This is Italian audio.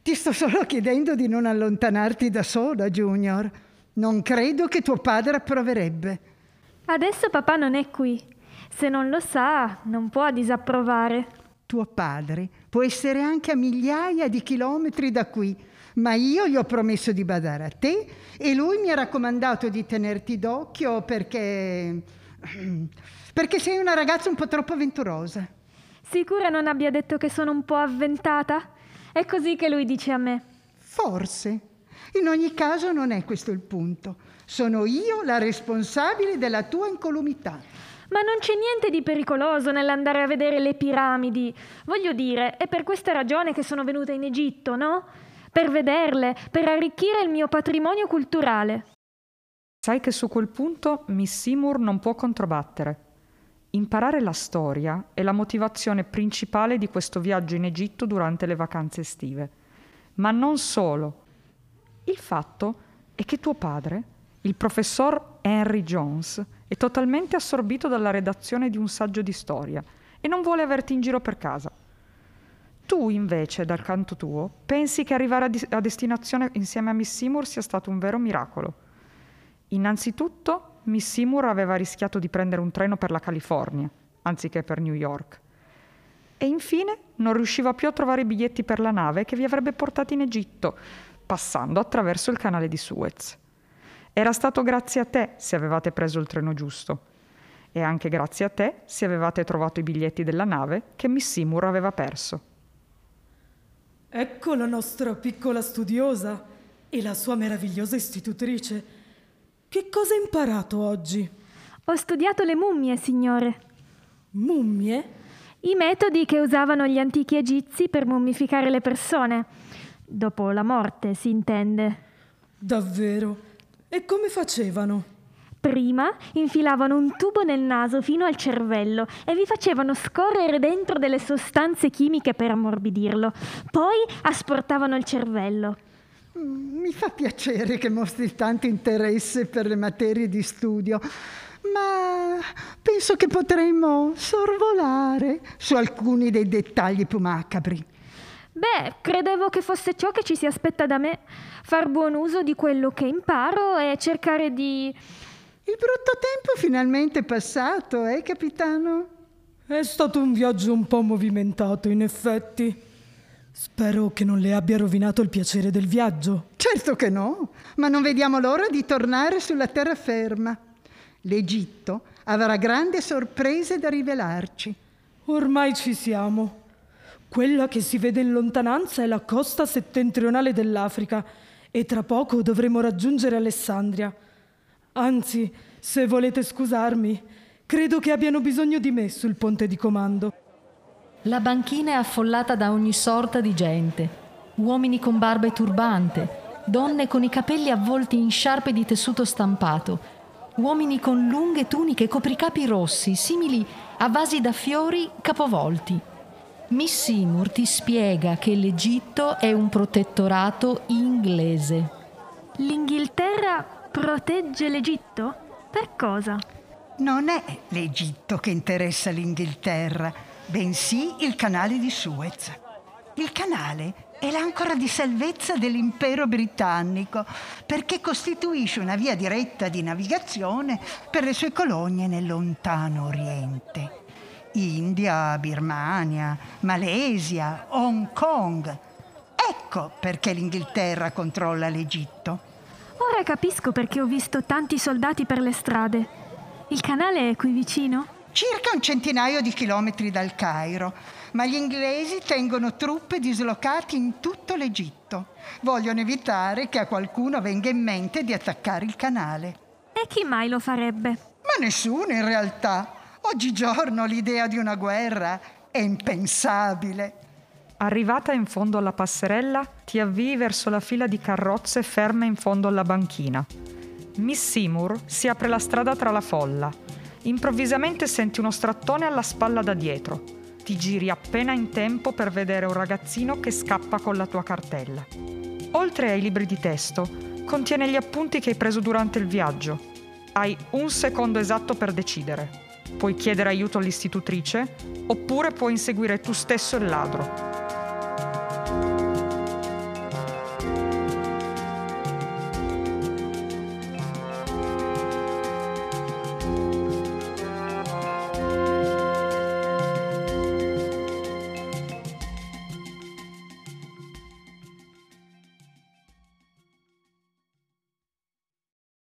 Ti sto solo chiedendo di non allontanarti da sola, Junior. Non credo che tuo padre approverebbe. Adesso papà non è qui. Se non lo sa, non può disapprovare. Tuo padre può essere anche a migliaia di chilometri da qui, ma io gli ho promesso di badare a te e lui mi ha raccomandato di tenerti d'occhio perché sei una ragazza un po' troppo avventurosa. Sicura non abbia detto che sono un po' avventata? È così che lui dice a me. Forse. In ogni caso non è questo il punto. Sono io la responsabile della tua incolumità. Ma non c'è niente di pericoloso nell'andare a vedere le piramidi. Voglio dire, è per questa ragione che sono venuta in Egitto, no? Per vederle, per arricchire il mio patrimonio culturale. Sai che su quel punto Miss Seymour non può controbattere. Imparare la storia è la motivazione principale di questo viaggio in Egitto durante le vacanze estive. Ma non solo. Il fatto è che tuo padre, il professor Henry Jones, è totalmente assorbito dalla redazione di un saggio di storia e non vuole averti in giro per casa. Tu, invece, dal canto tuo, pensi che arrivare a destinazione insieme a Miss Seymour sia stato un vero miracolo. Innanzitutto, Miss Seymour aveva rischiato di prendere un treno per la California, anziché per New York. E infine non riusciva più a trovare i biglietti per la nave che vi avrebbe portati in Egitto, passando attraverso il canale di Suez. Era stato grazie a te se avevate preso il treno giusto. E anche grazie a te se avevate trovato i biglietti della nave che Miss Seymour aveva perso. Ecco la nostra piccola studiosa e la sua meravigliosa istitutrice. Che cosa hai imparato oggi? Ho studiato le mummie, signore. Mummie? I metodi che usavano gli antichi egizi per mummificare le persone. Dopo la morte, si intende. Davvero? E come facevano? Prima infilavano un tubo nel naso fino al cervello e vi facevano scorrere dentro delle sostanze chimiche per ammorbidirlo. Poi asportavano il cervello. Mi fa piacere che mostri tanto interesse per le materie di studio, ma penso che potremmo sorvolare su alcuni dei dettagli più macabri. Beh, credevo che fosse ciò che ci si aspetta da me, far buon uso di quello che imparo e cercare di... Il brutto tempo finalmente è passato, capitano? È stato un viaggio un po' movimentato, in effetti. Spero che non le abbia rovinato il piacere del viaggio. Certo che no, ma non vediamo l'ora di tornare sulla terraferma. L'Egitto avrà grandi sorprese da rivelarci. Ormai ci siamo. Quella che si vede in lontananza è la costa settentrionale dell'Africa e tra poco dovremo raggiungere Alessandria. Anzi, se volete scusarmi, credo che abbiano bisogno di me sul ponte di comando. La banchina è affollata da ogni sorta di gente. Uomini con barba e turbante, donne con i capelli avvolti in sciarpe di tessuto stampato, uomini con lunghe tuniche e copricapi rossi, simili a vasi da fiori capovolti. Miss Seymour ti spiega che l'Egitto è un protettorato inglese. L'Inghilterra protegge l'Egitto? Per cosa? Non è l'Egitto che interessa l'Inghilterra, bensì il canale di Suez. Il canale è l'ancora di salvezza dell'impero britannico perché costituisce una via diretta di navigazione per le sue colonie nel lontano Oriente. India, Birmania, Malesia, Hong Kong. Ecco perché l'Inghilterra controlla l'Egitto. Ora capisco perché ho visto tanti soldati per le strade. Il canale è qui vicino? Circa un centinaio di chilometri dal Cairo, ma gli inglesi tengono truppe dislocate in tutto l'Egitto. Vogliono evitare che a qualcuno venga in mente di attaccare il canale. E chi mai lo farebbe? Ma nessuno in realtà. Oggigiorno l'idea di una guerra è impensabile. Arrivata in fondo alla passerella, ti avvii verso la fila di carrozze ferme in fondo alla banchina. Miss Seymour si apre la strada tra la folla. Improvvisamente senti uno strattone alla spalla da dietro. Ti giri appena in tempo per vedere un ragazzino che scappa con la tua cartella. Oltre ai libri di testo, contiene gli appunti che hai preso durante il viaggio. Hai un secondo esatto per decidere. Puoi chiedere aiuto all'istitutrice oppure puoi inseguire tu stesso il ladro.